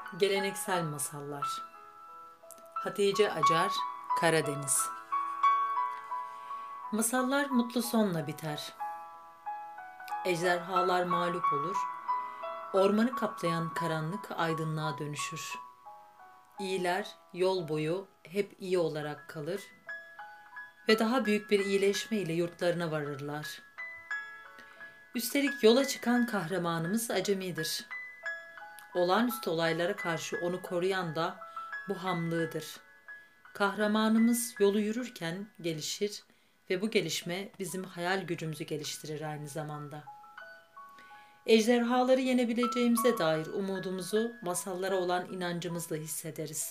Geleneksel masallar. Hatice Acar, Karadeniz. Masallar mutlu sonla biter. Ejderhalar mağlup olur. Ormanı kaplayan karanlık aydınlığa dönüşür. İyiler yol boyu hep iyi olarak kalır ve daha büyük bir iyileşme ile yurtlarına varırlar. Üstelik yola çıkan kahramanımız acemidir. Olağanüstü olaylara karşı onu koruyan da bu hamlığıdır. Kahramanımız yolu yürürken gelişir ve bu gelişme bizim hayal gücümüzü geliştirir aynı zamanda. Ejderhaları yenebileceğimize dair umudumuzu masallara olan inancımızla hissederiz.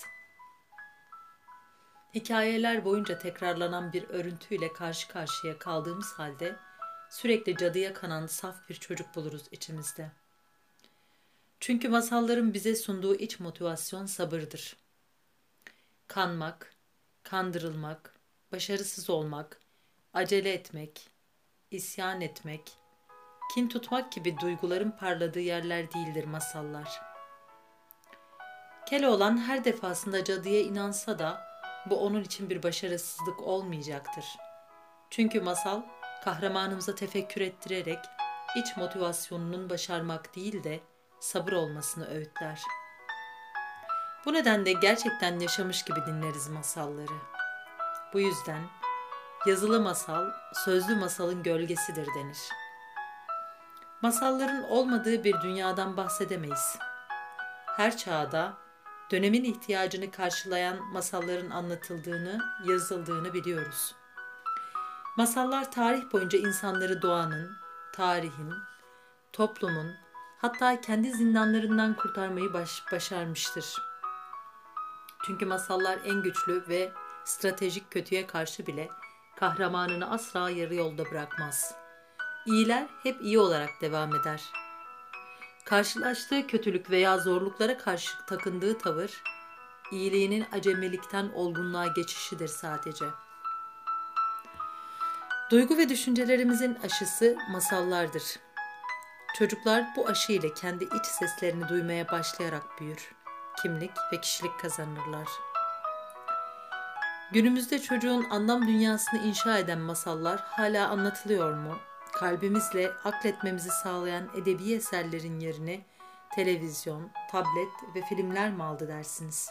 Hikayeler boyunca tekrarlanan bir örüntüyle karşı karşıya kaldığımız halde sürekli cadıya kanan saf bir çocuk buluruz içimizde. Çünkü masalların bize sunduğu iç motivasyon sabırdır. Kanmak, kandırılmak, başarısız olmak, acele etmek, isyan etmek, kin tutmak gibi duyguların parladığı yerler değildir masallar. Keloğlan her defasında cadıya inansa da bu onun için bir başarısızlık olmayacaktır. Çünkü masal kahramanımıza tefekkür ettirerek iç motivasyonunun başarmak değil de sabır olmasını öğütler. Bu nedenle gerçekten yaşamış gibi dinleriz masalları. Bu yüzden yazılı masal, sözlü masalın gölgesidir denir. Masalların olmadığı bir dünyadan bahsedemeyiz. Her çağda dönemin ihtiyacını karşılayan masalların anlatıldığını, yazıldığını biliyoruz. Masallar tarih boyunca insanları doğanın, tarihin, toplumun, hatta kendi zindanlarından kurtarmayı başarmıştır. Çünkü masallar en güçlü ve stratejik kötüye karşı bile kahramanını asla yarı yolda bırakmaz. İyiler hep iyi olarak devam eder. Karşılaştığı kötülük veya zorluklara karşı takındığı tavır, iyiliğinin acemilikten olgunluğa geçişidir sadece. Duygu ve düşüncelerimizin aşısı masallardır. Çocuklar bu aşı ile kendi iç seslerini duymaya başlayarak büyür. Kimlik ve kişilik kazanırlar. Günümüzde çocuğun anlam dünyasını inşa eden masallar hala anlatılıyor mu? Kalbimizle akletmemizi sağlayan edebi eserlerin yerini televizyon, tablet ve filmler mi aldı dersiniz?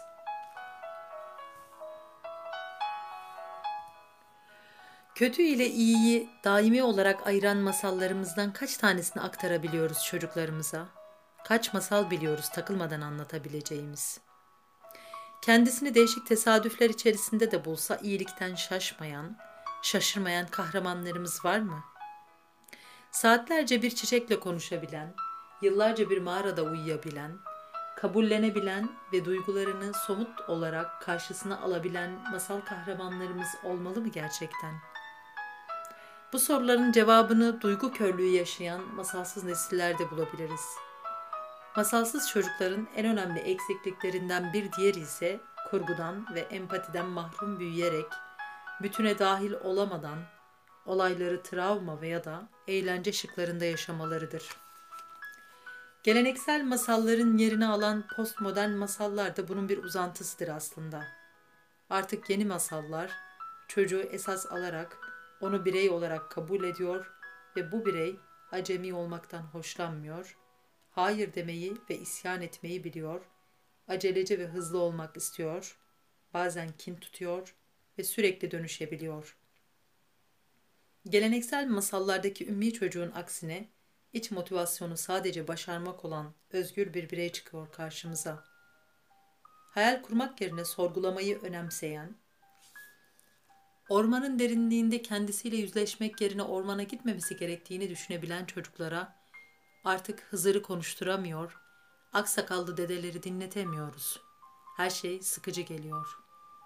Kötü ile iyiyi daimi olarak ayıran masallarımızdan kaç tanesini aktarabiliyoruz çocuklarımıza? Kaç masal biliyoruz takılmadan anlatabileceğimiz? Kendisini değişik tesadüfler içerisinde de bulsa iyilikten şaşırmayan kahramanlarımız var mı? Saatlerce bir çiçekle konuşabilen, yıllarca bir mağarada uyuyabilen, kabullenebilen ve duygularını somut olarak karşısına alabilen masal kahramanlarımız olmalı mı gerçekten? Bu soruların cevabını duygu körlüğü yaşayan masalsız nesillerde bulabiliriz. Masalsız çocukların en önemli eksikliklerinden bir diğeri ise kurgudan ve empatiden mahrum büyüyerek, bütüne dahil olamadan, olayları travma veya da eğlence şıklarında yaşamalarıdır. Geleneksel masalların yerini alan postmodern masallar da bunun bir uzantısıdır aslında. Artık yeni masallar çocuğu esas alarak onu birey olarak kabul ediyor ve bu birey acemi olmaktan hoşlanmıyor, hayır demeyi ve isyan etmeyi biliyor, aceleci ve hızlı olmak istiyor, bazen kin tutuyor ve sürekli dönüşebiliyor. Geleneksel masallardaki ümmi çocuğun aksine iç motivasyonu sadece başarmak olan özgür bir birey çıkıyor karşımıza. Hayal kurmak yerine sorgulamayı önemseyen, ormanın derinliğinde kendisiyle yüzleşmek yerine ormana gitmemesi gerektiğini düşünebilen çocuklara artık Hızır'ı konuşturamıyor, aksakallı dedeleri dinletemiyoruz. Her şey sıkıcı geliyor.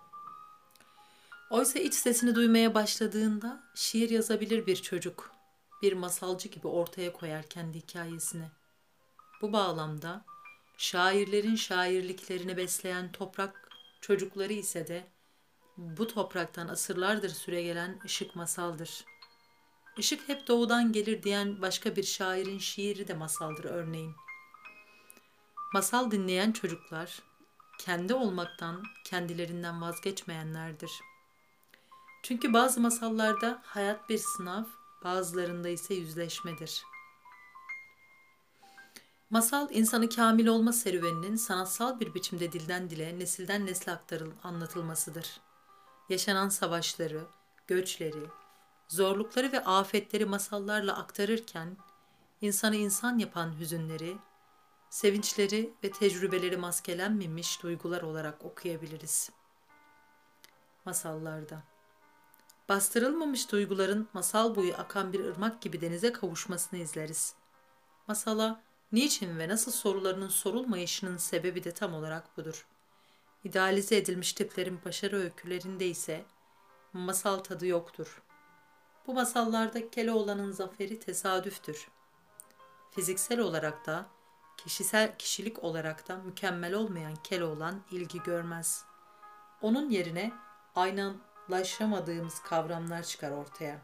Oysa iç sesini duymaya başladığında şiir yazabilir bir çocuk, bir masalcı gibi ortaya koyar kendi hikayesini. Bu bağlamda şairlerin şairliklerini besleyen toprak çocukları ise de bu topraktan asırlardır süregelen ışık masaldır. Işık hep doğudan gelir diyen başka bir şairin şiiri de masaldır örneğin. Masal dinleyen çocuklar, kendi olmaktan, kendilerinden vazgeçmeyenlerdir. Çünkü bazı masallarda hayat bir sınav, bazılarında ise yüzleşmedir. Masal, insanı kamil olma serüveninin sanatsal bir biçimde dilden dile, nesilden nesle anlatılmasıdır. Yaşanan savaşları, göçleri, zorlukları ve afetleri masallarla aktarırken, insanı insan yapan hüzünleri, sevinçleri ve tecrübeleri maskelenmemiş duygular olarak okuyabiliriz. Masallarda bastırılmamış duyguların masal boyu akan bir ırmak gibi denize kavuşmasını izleriz. Masala niçin ve nasıl sorularının sorulmayışının sebebi de tam olarak budur. İdealize edilmiş tiplerin başarı öykülerinde ise masal tadı yoktur. Bu masallarda Keloğlan'ın zaferi tesadüftür. Fiziksel olarak da, kişilik olarak da mükemmel olmayan Keloğlan ilgi görmez. Onun yerine aynalaşamadığımız kavramlar çıkar ortaya.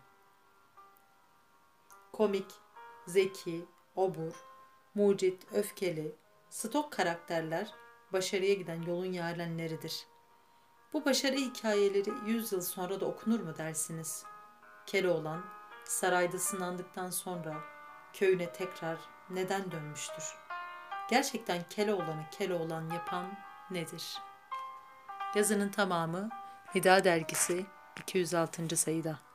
Komik, zeki, obur, mucit, öfkeli, stok karakterler başarıya giden yolun yarenleridir. Bu başarı hikayeleri 100 yıl sonra da okunur mu dersiniz? Keloğlan, sarayda sınandıktan sonra köyüne tekrar neden dönmüştür? Gerçekten Keloğlan'ı Keloğlan yapan nedir? Yazının tamamı Nida Dergisi 206. sayıda.